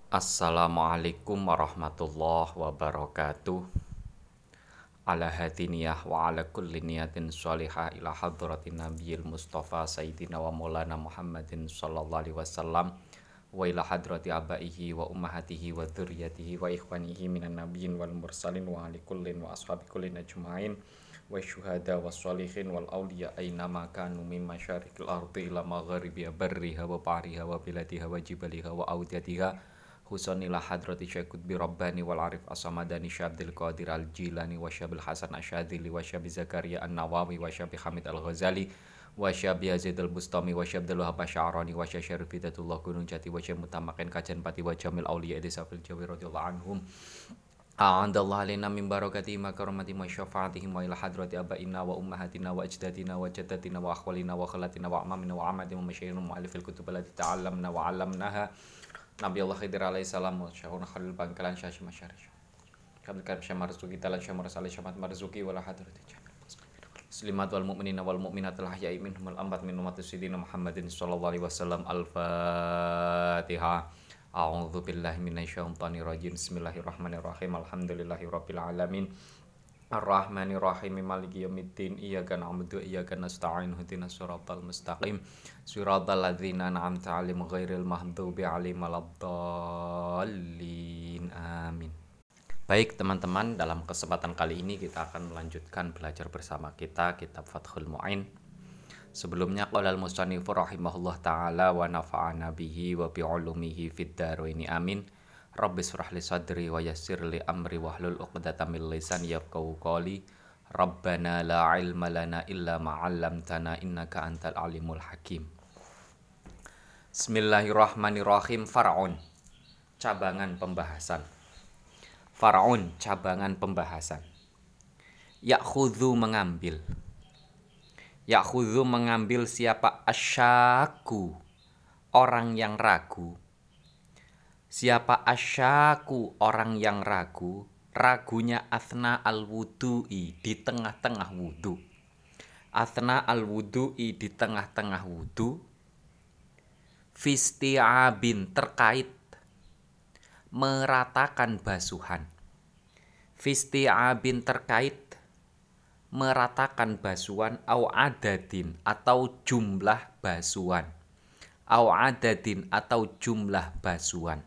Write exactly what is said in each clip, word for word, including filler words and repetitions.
Assalamualaikum warahmatullahi wabarakatuh. Ala hadiniyah wa ala kulli niyatin sholihah ila hadratin nabiyil mustafa sayyidina wa maulana Muhammadin sallallahu alaihi wasallam wa ila hadrati abaihi wa ummahatihi wa dzurriyyatihi wa ikhwanihi minan nabiyyin wal mursalin wa ali kullin wa ashabi kullin ajma'in wa syuhada wa sholihin wal awliya aina ma kanu min masyariqil ardi ila magharibiha barriha wa bahriha wa biladiha wa jibaliha wa awdiyatiha Husanilah hadrati syekut bi rabbani wal arif asamadani syabdil qadir al jilani wa syabil hasan asyadili wa syabi zakaria an nawawi wa syabi hamid al ghazali wa syabi yazid al bustami wa syabdil wahab sya'rani wa syarif fidatullah gunung jati wa syam mutamakin kajan pati wa jamil awliya edisafil jawi radhiyallahu anhum a'adallahu alaina min barakati ma karamati ma syafaatihim wa ila hadrati abaina wa ummahatina wa ajdadina wa jaddatina wa akhwalina wa khalatina wa amamina wa amatina wa masyayikhina mu'alifil kutub allati ta'allamna wa 'allamnaha Nabi Allah Khidir alaihi salam wa syahuna khalil bangkalan syahsi masyarif Kabul karib syah marzuki talan syah marasali syamat marzuki wala hadrati jamil Muslimat wal mu'minina wal mu'minat al ahya'i minhum al ambat min umatis sidina Muhammadin sallallahu alaihi wasallam al-Fatihah A'udzu billahi minasyaitonir rajim Bismillahirrahmanirrahim Alhamdulillahi rabbil alamin Ar-Rahmanir-Rahim Maliki yaumiddin Iyyaka na'budu wa iyyaka nasta'in Ihdinas siratal mustaqim Siratal ladzina an'amta 'alaihim ghairil maghdubi 'alaihim waladdallin. Amin. Baik teman-teman, dalam kesempatan kali ini kita akan melanjutkan belajar bersama kita kitab Fathul Mu'in. Sebelumnya qala al-musannifu rahimahullah taala wa nafa'ana bihi wa bi 'ulumihi fid dharaini amin. Rabbi shrah li sadri wa yassir li amri wahlul 'uqdatam min lisani yafqahu qawli. Rabbana la 'ilma lana illa ma 'allamtana innaka antal alimul hakim. Bismillahirrahmanirrahim. Far'un, cabangan pembahasan. Far'un, cabangan pembahasan. Ya'khudhu, mengambil. Ya'khudhu, mengambil siapa? Asyaku, orang yang ragu. Siapa asyaku, orang yang ragu? Ragunya athna al-wudu'i, di tengah-tengah wudu. Athna al-wudu'i, di tengah-tengah wudu. Fisti'abin, terkait meratakan basuhan. Fisti'abin, terkait meratakan basuhan. Au adadin, atau jumlah basuhan. Au adadin, atau jumlah basuhan.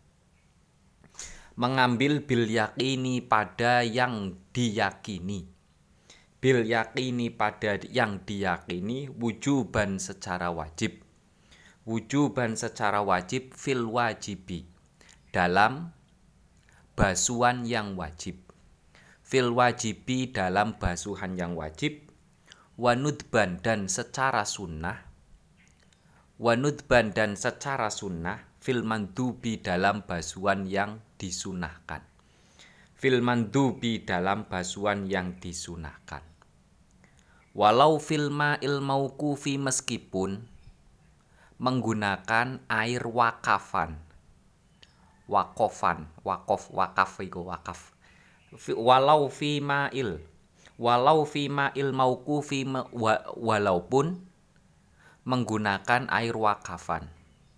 Mengambil bil yakini, pada yang diyakini. Bil yakini, pada yang diyakini. Wujuban, secara wajib. Wujuban, secara wajib. Fil wajibi, dalam basuhan yang wajib. Fil wajibi, dalam basuhan yang wajib. Wanudban, dan secara sunnah. Wanudban, dan secara sunnah. Fil mandubi, dalam basuhan yang disunahkan. Fil mandubi, dalam basuhan yang disunahkan. Walau fil ma'il mauqufi, meskipun menggunakan air wakafan. Wakofan, wakof, wakaf itu wakaf. Walau fi ma'il, walau fi ma'il mauqufi, walaupun menggunakan air wakafan.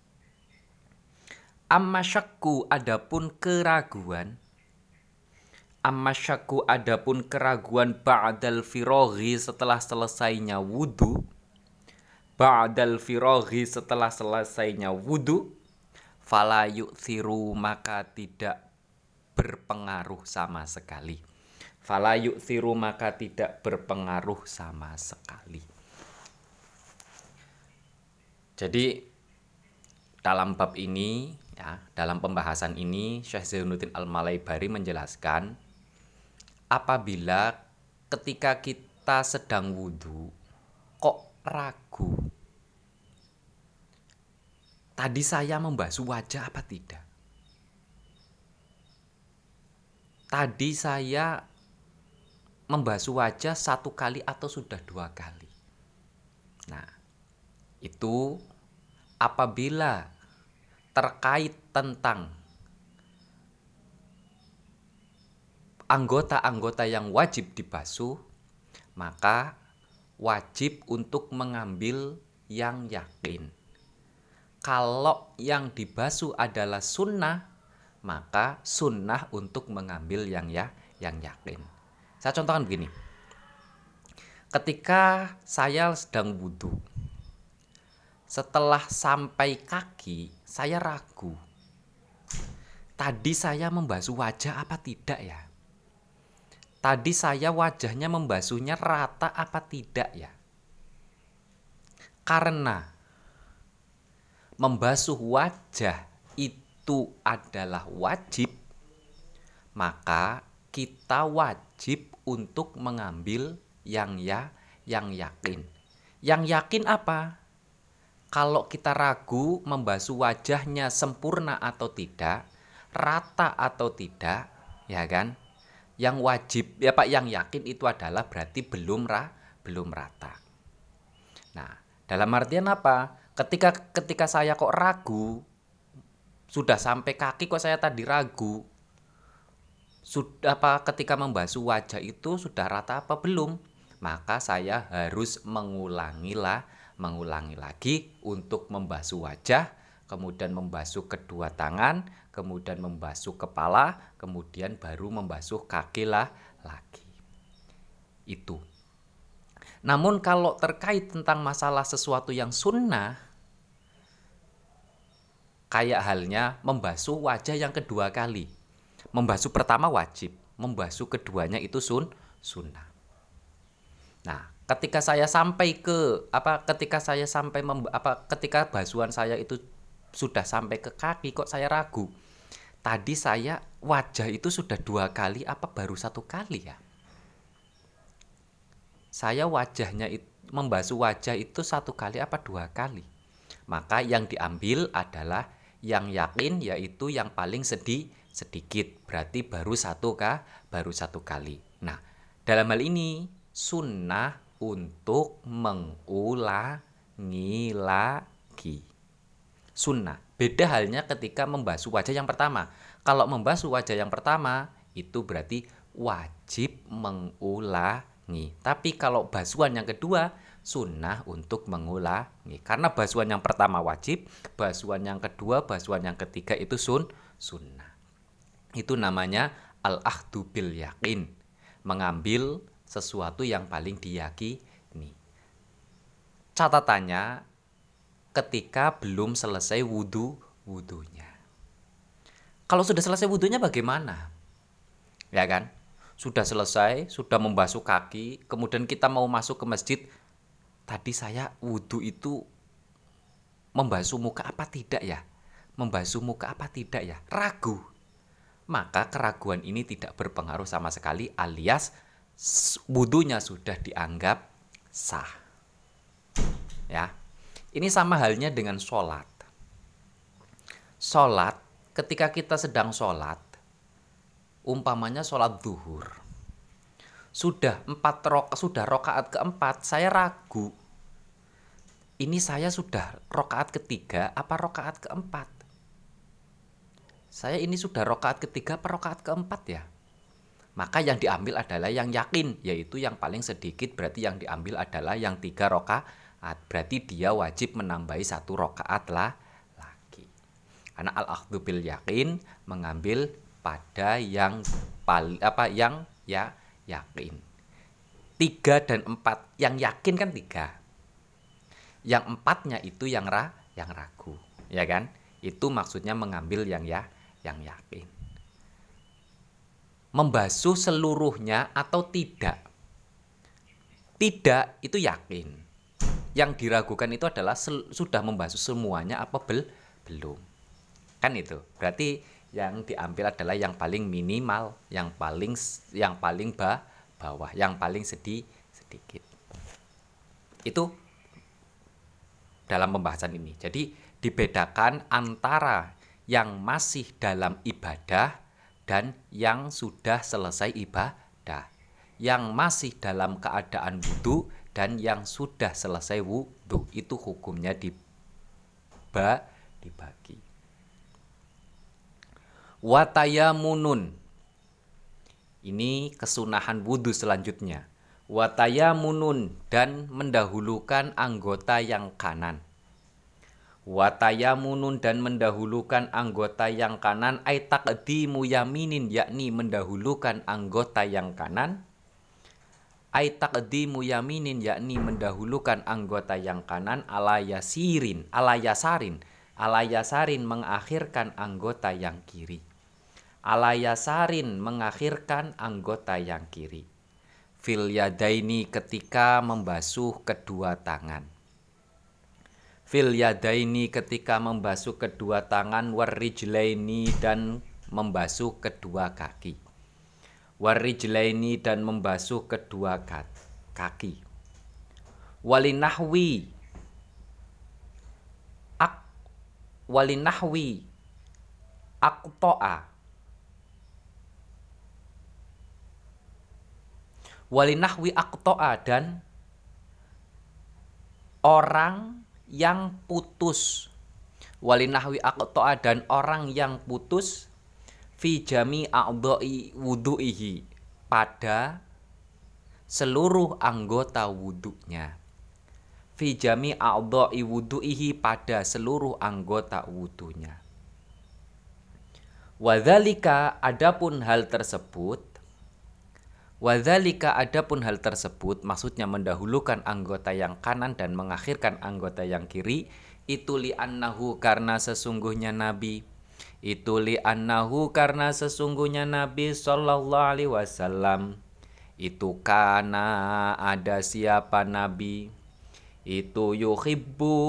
Amma syakku, adapun keraguan. Amma syakku, adapun keraguan. Ba'dal firoghi, setelah selesainya wudu. Ba'dal firoghi, setelah selesainya wudu. Fala yu'thiru, maka tidak berpengaruh sama sekali. Fala yu'thiru, maka tidak berpengaruh sama sekali. Jadi dalam bab ini, ya, dalam pembahasan ini Syekh Zainuddin Al-Malaibari menjelaskan apabila ketika kita sedang wudu kok ragu, tadi saya membasuh wajah apa tidak? Tadi saya membasuh wajah satu kali atau sudah dua kali? Nah, itu apabila terkait tentang anggota-anggota yang wajib dibasuh, maka wajib untuk mengambil yang yakin. Kalau yang dibasuh adalah sunnah, maka sunnah untuk mengambil yang ya yang yakin. Saya contohkan begini. Ketika saya sedang wudhu, setelah sampai kaki, saya ragu. Tadi saya membasuh wajah apa tidak ya? Tadi saya wajahnya membasuhnya rata apa tidak ya? Karena membasuh wajah itu adalah wajib, maka kita wajib untuk mengambil yang ya, yang yakin. Yang yakin apa? Kalau kita ragu membasuh wajahnya sempurna atau tidak, rata atau tidak, ya kan? Yang wajib, ya Pak, yang yakin itu adalah berarti belum ra, belum rata. Nah, dalam artian apa? Ketika ketika saya kok ragu, sudah sampai kaki kok saya tadi ragu. Sudah apa ketika membasuh wajah itu sudah rata apa belum? Maka saya harus mengulangi lah, mengulangi lagi untuk membasuh wajah, kemudian membasuh kedua tangan, kemudian membasuh kepala, kemudian baru membasuh kaki lah lagi. Itu. Namun kalau terkait tentang masalah sesuatu yang sunnah, kayak halnya membasuh wajah yang kedua kali. Membasuh pertama wajib, membasuh keduanya itu sun sunnah. Nah, ketika saya sampai ke apa ketika saya sampai mem, apa ketika basuhan saya itu sudah sampai ke kaki kok saya ragu. Tadi saya wajah itu sudah dua kali apa baru satu kali ya? Saya wajahnya itu, membasuh wajah itu satu kali apa dua kali? Maka yang diambil adalah yang yakin, yaitu yang paling sedih sedikit, berarti baru satu kah? Baru satu kali. Nah, dalam hal ini sunnah untuk mengulangi lagi. Sunnah. Beda halnya ketika membasuh wajah yang pertama. Kalau membasuh wajah yang pertama itu berarti wajib mengulangi. Tapi kalau basuhan yang kedua sunnah untuk mengulangi. Karena basuhan yang pertama wajib, basuhan yang kedua, basuhan yang ketiga itu sun sunnah. Itu namanya al-akhdu bil yakin. Mengambil sesuatu yang paling diyakini. Catatannya ketika belum selesai wudhu wudhunya. Kalau sudah selesai wudhunya bagaimana? Ya kan? Sudah selesai, sudah membasuh kaki, kemudian kita mau masuk ke masjid. Tadi saya wudhu itu membasuh muka apa tidak ya? Membasuh muka apa tidak ya? Ragu. Maka keraguan ini tidak berpengaruh sama sekali, alias wudhunya sudah dianggap sah. Ya, ini sama halnya dengan sholat. Sholat, ketika kita sedang sholat, umpamanya sholat zuhur, sudah empat rok, sudah rokaat keempat, saya ragu. Ini saya sudah rokaat ketiga, apa rokaat keempat? Saya ini sudah rokaat ketiga, apa rokaat keempat ya? Maka yang diambil adalah yang yakin, yaitu yang paling sedikit, berarti yang diambil adalah yang tiga rokaat. Berarti dia wajib menambahi satu rokaat lah lagi. Karena al-akhdhu bil yakin mengambil pada yang paling apa yang ya yakin. Tiga dan empat, yang yakin kan tiga. Yang empatnya itu yang ra, yang ragu, ya kan? Itu maksudnya mengambil yang ya, yang yakin. Membasuh seluruhnya atau tidak? Tidak, itu yakin. Yang diragukan itu adalah sel, sudah membasuh semuanya apa bel, belum. Kan itu. Berarti yang diambil adalah yang paling minimal, yang paling yang paling ba, bawah, yang paling sedih sedikit. Itu dalam pembahasan ini. Jadi dibedakan antara yang masih dalam ibadah dan yang sudah selesai ibadah, yang masih dalam keadaan wudhu dan yang sudah selesai wudhu. Itu hukumnya diba, dibagi. Watayamunun, ini kesunahan wudhu selanjutnya. Watayamunun, dan mendahulukan anggota yang kanan. Wa tayamunun dan mendahulukan anggota yang kanan, ay taqdimu yaminin yakni mendahulukan anggota yang kanan, ay taqdimu yaminin yakni mendahulukan anggota yang kanan, ala yasirin, ala yasarin, ala yasarin mengakhirkan anggota yang kiri. Ala yasarin mengakhirkan anggota yang kiri. Fil yadaini ketika membasuh kedua tangan. Fil yadaini ketika membasuh kedua tangan, warrijlaini dan membasuh kedua kaki. Warrijlaini dan membasuh kedua kaki. Walinahwi ak walinahwi aqta'a walinahwi aqta'a dan orang yang putus. Walinahwi aqta'a dan orang yang putus fi jami a'dha'i wudu'ihi pada seluruh anggota wudunya. Fi jami a'dha'i wudu'ihi pada seluruh anggota wudunya. Wadzalika adapun hal tersebut Wadzalika adapun hal tersebut maksudnya mendahulukan anggota yang kanan dan mengakhirkan anggota yang kiri, itu li'annahu karena sesungguhnya Nabi itu li'annahu karena sesungguhnya Nabi sallallahu alaihi wasallam itu kana ada siapa Nabi itu yuhibbu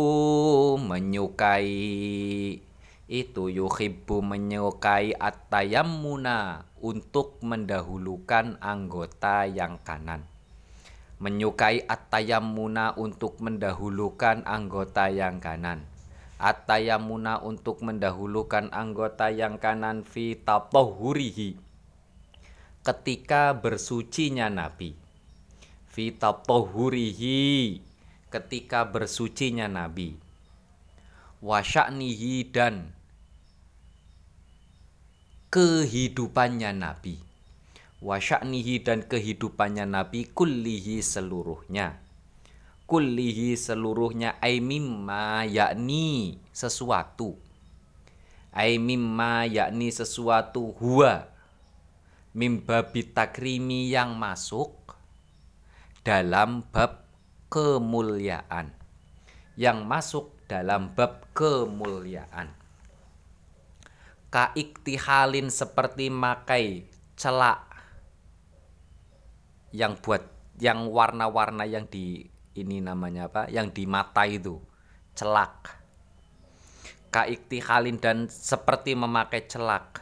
menyukai itu yuhibbu menyukai at-tayammuna untuk mendahulukan anggota yang kanan. Menyukai at-tayammuna untuk mendahulukan anggota yang kanan. At-tayammuna untuk mendahulukan anggota yang kanan fi tatahhurihi ketika bersucinya Nabi. Fi tatahhurihi ketika bersucinya Nabi. Wa sya'nihi dan kehidupannya Nabi. Wa sya'nihi dan kehidupannya Nabi kullihi seluruhnya. Kullihi seluruhnya ay mimma yakni sesuatu. Ay mimma yakni sesuatu huwa mimbabi takrimi yang masuk dalam bab kemuliaan. Yang masuk dalam bab kemuliaan. Ka iktihalin seperti makai celak yang buat yang warna-warna yang di ini namanya apa? Yang di mata itu celak. Ka iktihalin dan seperti memakai celak.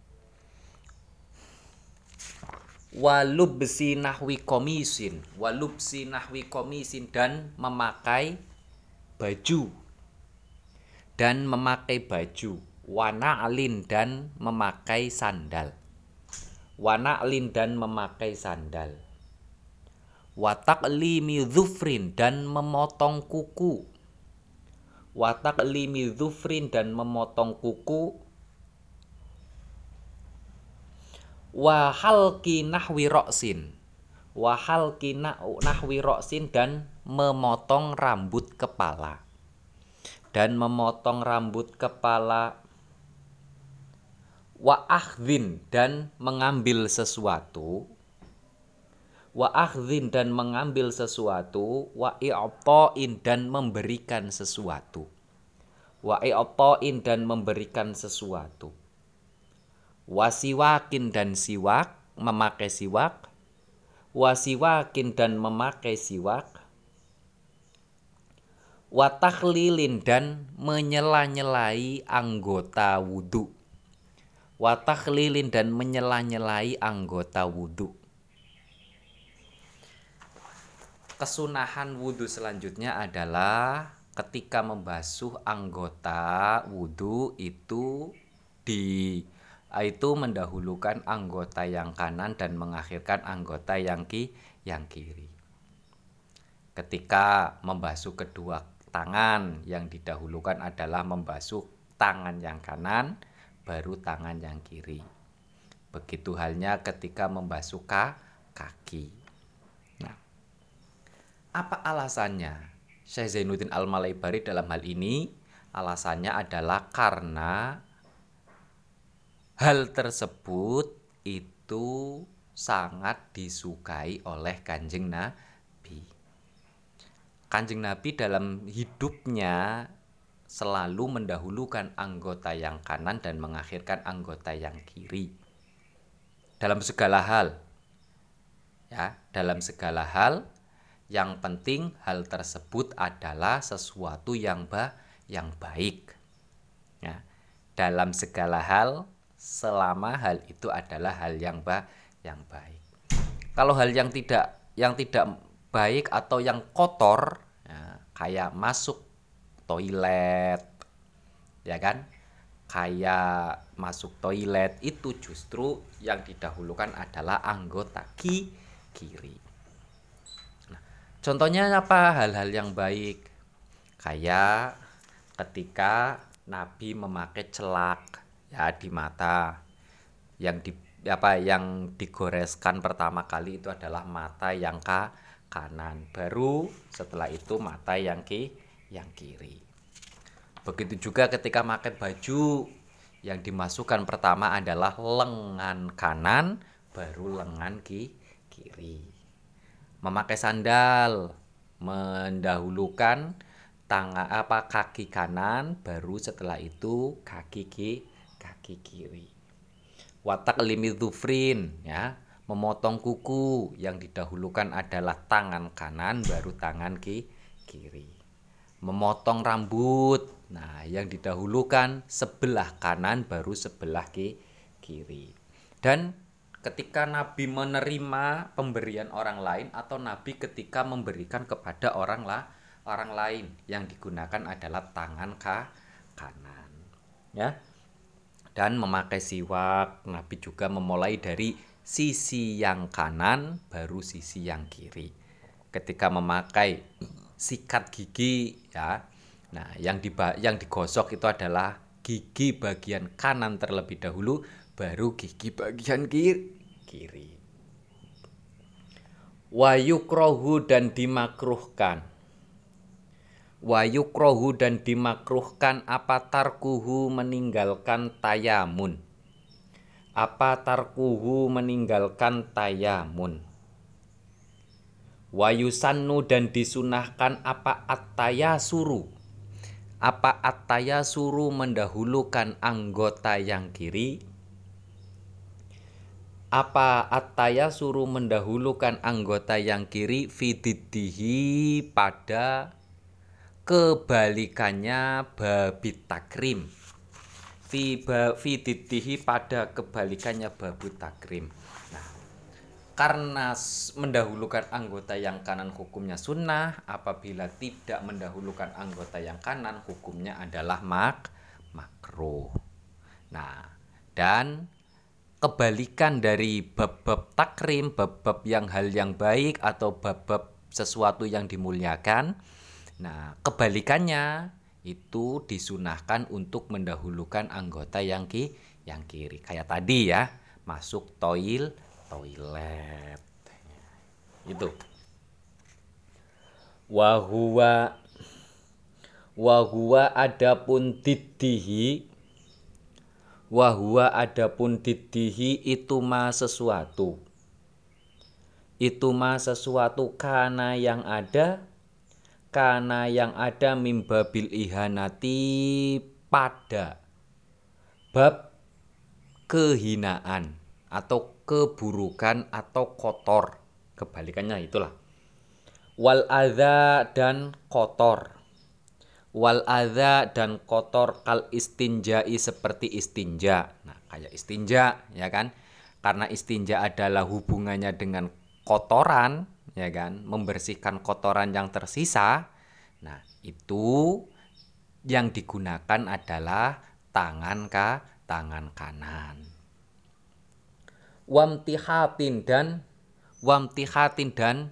Walubsi nahwi komisin, walubsi nahwi komisin dan memakai baju dan memakai baju. Wana'lin dan memakai sandal. Wana'lin dan memakai sandal. Wataqlimi dhufrin dan memotong kuku. Wataqlimi dhufrin dan memotong kuku. Wahalki nahwi roksin. Wahalki nahwi roksin dan memotong rambut kepala. Dan memotong rambut kepala. Wa akhdhin dan mengambil sesuatu. Wa akhdhin dan mengambil sesuatu. Wa i'ta'in dan memberikan sesuatu. Wa i'ta'in dan memberikan sesuatu. Wa siwakin dan siwak, memakai siwak. Wa siwakin dan memakai siwak. Wa takhlilin dan menyela-nyelai anggota wudu. Wa takhlilin dan menyela-nyelai anggota wudu. Kesunahan wudu selanjutnya adalah ketika membasuh anggota wudu itu di itu mendahulukan anggota yang kanan dan mengakhirkan anggota yang ki yang kiri. Ketika membasuh kedua tangan, yang didahulukan adalah membasuh tangan yang kanan baru tangan yang kiri. Begitu halnya ketika membasuh kaki. Nah, apa alasannya? Syekh Zainuddin Al-Malaibari dalam hal ini Alasannya adalah karena hal tersebut itu sangat disukai oleh Kanjeng Nabi. Kanjeng Nabi dalam hidupnya selalu mendahulukan anggota yang kanan dan mengakhirkan anggota yang kiri. Dalam segala hal. Ya, dalam segala hal, yang penting hal tersebut adalah sesuatu yang ba yang baik. Ya, dalam segala hal, selama hal itu adalah hal yang ba yang baik. Kalau hal yang tidak yang tidak baik atau yang kotor, ya, kayak masuk toilet, ya kan? Kayak masuk toilet itu justru yang didahulukan adalah anggota ki kiri. Nah, contohnya apa? Hal-hal yang baik, kayak ketika Nabi memakai celak ya di mata, yang di apa yang digoreskan pertama kali itu adalah mata yang ka, kanan, baru setelah itu mata yang ki yang kiri. Begitu juga ketika pakai baju, yang dimasukkan pertama adalah lengan kanan, baru lengan ki kiri. Memakai sandal mendahulukan tangan apa kaki kanan, baru setelah itu kaki ki kaki kiri. Watak limidufrin, ya, memotong kuku, yang didahulukan adalah tangan kanan, baru tangan ki kiri. Memotong rambut, nah yang didahulukan sebelah kanan, baru sebelah ki kiri. Dan ketika Nabi menerima pemberian orang lain atau Nabi ketika memberikan kepada orang lah orang lain, yang digunakan adalah tangan ka, kanan, ya. Dan memakai siwak, Nabi juga memulai dari sisi yang kanan, baru sisi yang kiri. Ketika memakai sikat gigi, ya, nah yang di yang digosok itu adalah gigi bagian kanan terlebih dahulu, baru gigi bagian kiri. kiri. Wayukrohu dan dimakruhkan. Wayukrohu dan dimakruhkan apa tarkuhu meninggalkan tayamun. Apa tarkuhu meninggalkan tayamun. Wayusannu dan disunahkan apa at-tayasuru. Apa at-tayasuru mendahulukan anggota yang kiri. Apa at-tayasuru mendahulukan anggota yang kiri fididdihi pada kebalikannya babit takrim. Fi fididdihi pada kebalikannya babut takrim. Nah, karena mendahulukan anggota yang kanan hukumnya sunnah, apabila tidak mendahulukan anggota yang kanan hukumnya adalah mak makruh. Nah, dan kebalikan dari bab-bab takrim, bab-bab yang hal yang baik atau bab-bab sesuatu yang dimuliakan, nah kebalikannya itu disunahkan untuk mendahulukan anggota yang ki yang kiri. Kayak tadi ya, masuk toil toilet. Itu. Wa huwa wa huwa adapun diddihi, wa huwa adapun diddihi itu ma sesuatu. Itu ma sesuatu kana yang ada Kana yang ada mimbabil ihanati pada bab kehinaan atau keburukan atau kotor, kebalikannya itulah. Wal adza dan kotor. Wal adza dan kotor kal istinjai seperti istinja. Nah, kayak istinja ya kan? Karena istinja adalah hubungannya dengan kotoran, ya kan, membersihkan kotoran yang tersisa. Nah, itu yang digunakan adalah tangan ka, tangan kanan. Wamtihatin dan wamtihatin dan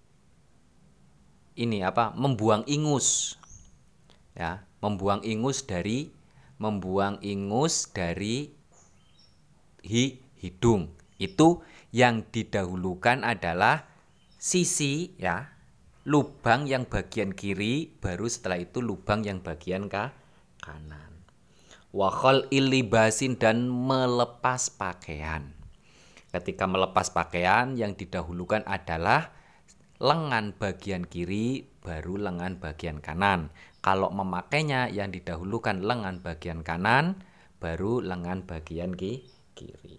ini apa? Membuang ingus. Ya, membuang ingus dari membuang ingus dari hi, hidung. Itu yang didahulukan adalah sisi, ya, lubang yang bagian kiri, baru setelah itu lubang yang bagian ka, kanan. Wa khal'il libasin dan melepas pakaian. Ketika melepas pakaian yang didahulukan adalah lengan bagian kiri baru lengan bagian kanan. Kalau memakainya yang didahulukan lengan bagian kanan baru lengan bagian ki kiri.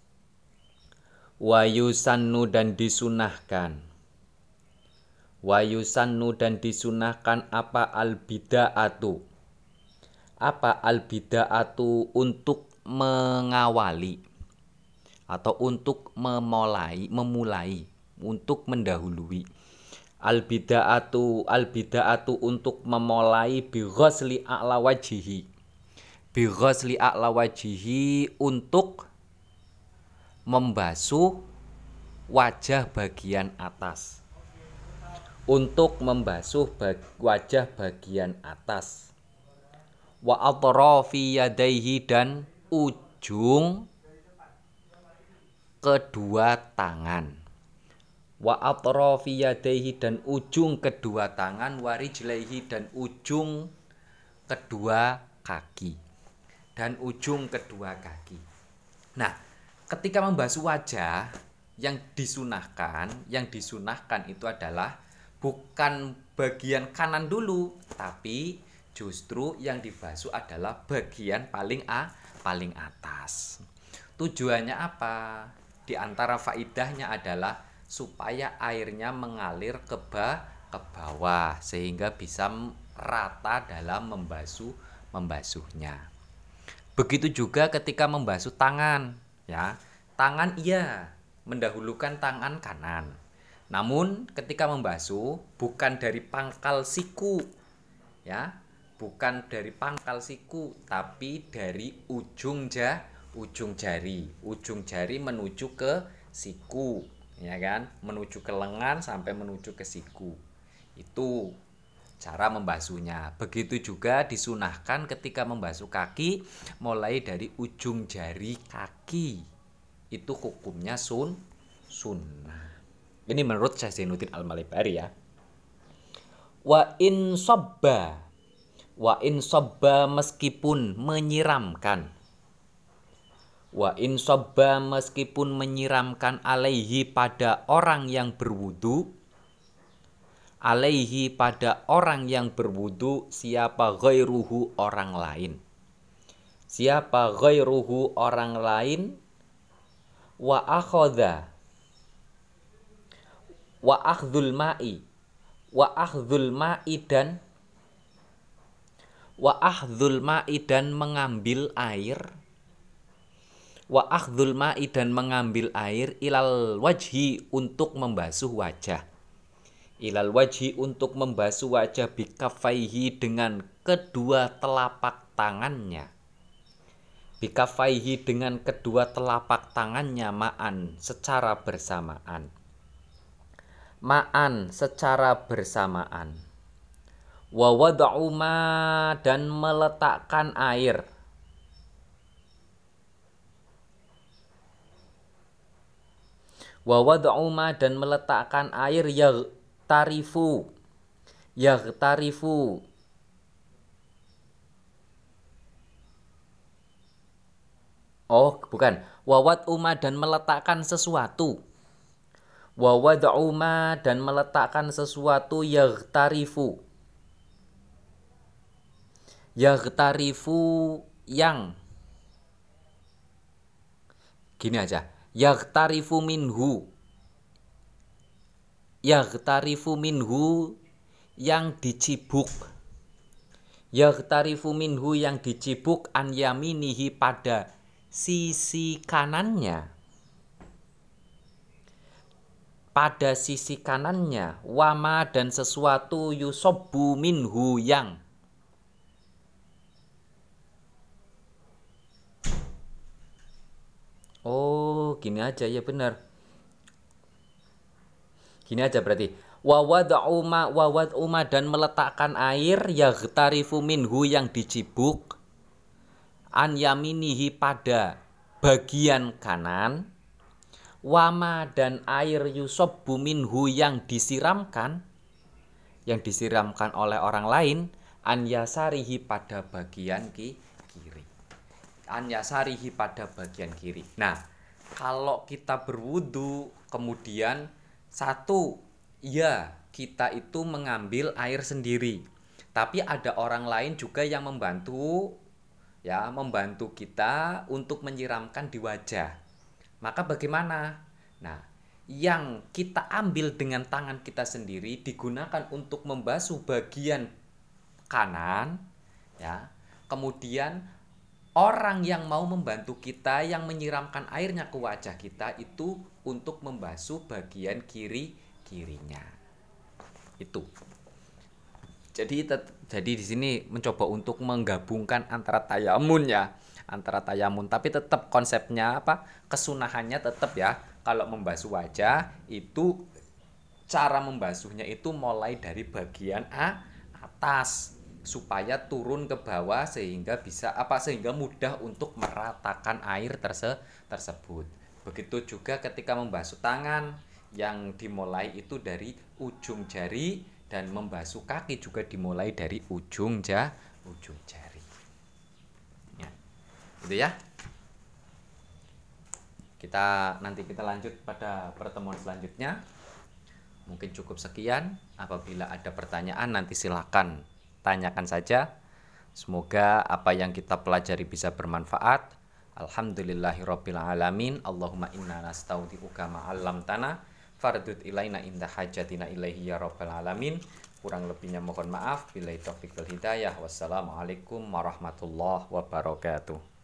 Wa yusannu dan disunahkan. Wa yusannu dan disunahkan apa al bid'atu. Apa al bid'atu untuk mengawali atau untuk memulai, memulai, untuk mendahului. Al bid'atu al bid'atu untuk memulai bi ghusli a'la wajhihi. Bi ghusli a'la wajhihi untuk membasuh wajah bagian atas. Untuk membasuh bag, wajah bagian atas. Wa atrafi yadaihi dan ujung kedua tangan. Wa atrafi yadaihi dan ujung kedua tangan, wa rijlaihi dan ujung kedua kaki. Dan ujung kedua kaki. Nah, ketika membasuh wajah yang disunahkan, yang disunahkan itu adalah bukan bagian kanan dulu, tapi justru yang dibasuh adalah bagian paling a, paling atas. Tujuannya apa? Di antara faidahnya adalah supaya airnya mengalir ke, ba, ke bawah sehingga bisa rata dalam membasuh membasuhnya. Begitu juga ketika membasuh tangan, ya. Tangan iya mendahulukan tangan kanan. Namun ketika membasuh bukan dari pangkal siku, ya, bukan dari pangkal siku, tapi dari ujung ja, ujung jari, ujung jari menuju ke siku, ya kan, menuju ke lengan sampai menuju ke siku. Itu cara membasuhnya. Begitu juga disunahkan ketika membasuh kaki, mulai dari ujung jari kaki. Itu hukumnya sun, sunnah. Ini menurut Syekh Zainuddin Al-Malibari ya. Wa in sabba. Wa in sabba meskipun menyiramkan. Wa in sabba meskipun menyiramkan alaihi pada orang yang berwudu. Alaihi pada orang yang berwudu siapa ghairuhu orang lain. Siapa ghairuhu orang lain. Wa akhadha wa akhdhul ma'i wa akhdhul ma'i dan wa akhdhul ma'i dan mengambil air wa akhdhul ma'i dan mengambil air ilal wajhi untuk membasuh wajah ilal wajhi untuk membasuh wajah bikafaihi dengan kedua telapak tangannya bikafaihi dengan kedua telapak tangannya ma'an secara bersamaan ma'an secara bersamaan wa wad'u ma dan meletakkan air wa wad'u ma dan meletakkan air yaghtarifu yaghtarifu oh bukan wa wad'u ma dan meletakkan sesuatu wa wad'u ma dan meletakkan sesuatu yaghtarifu yaghtarifu yang gini aja yaghtarifu minhu yaghtarifu minhu yang dicibuk yaghtarifu minhu yang dicibuk an yaminihi pada sisi kanannya pada sisi kanannya wama dan sesuatu yusobbu minhu yang oh gini aja ya benar gini aja berarti wa wad'u ma wa wad'u ma dan meletakkan air yaghtarifu minhu yang dicibuk an yaminihi pada bagian kanan wama dan air yusobbu minhu yang disiramkan yang disiramkan oleh orang lain an yasarihi pada bagian ki kiri. An yasarihi pada bagian kiri. Nah, kalau kita berwudu kemudian satu, ya kita itu mengambil air sendiri. Tapi ada orang lain juga yang membantu, ya, membantu kita untuk menyiramkan di wajah. Maka bagaimana? Nah, yang kita ambil dengan tangan kita sendiri digunakan untuk membasuh bagian kanan, ya. Kemudian orang yang mau membantu kita yang menyiramkan airnya ke wajah kita itu untuk membasuh bagian kiri kirinya. Itu. Jadi tet- jadi di sini mencoba untuk menggabungkan antara tayamun ya, antara tayamun tapi tetap konsepnya apa? Kesunahannya tetap ya. Kalau membasuh wajah itu cara membasuhnya itu mulai dari bagian A atas supaya turun ke bawah sehingga bisa apa sehingga mudah untuk meratakan air terse tersebut. Begitu juga ketika membasuh tangan yang dimulai itu dari ujung jari dan membasuh kaki juga dimulai dari ujung ja ujung jari. Ya. Gitu ya. Kita nanti kita lanjut pada pertemuan selanjutnya. Mungkin cukup sekian. Apabila ada pertanyaan nanti silakan tanyakan saja. Semoga apa yang kita pelajari bisa bermanfaat. Alhamdulillahirabbil alamin. Allahumma inna nastaudiuka ma 'allamtana fardud ilaina inda hajatina ilaihi ya rabbal alamin. Kurang lebihnya mohon maaf. Billahi taufiq wal hidayah. Wassalamualaikum warahmatullahi wabarakatuh.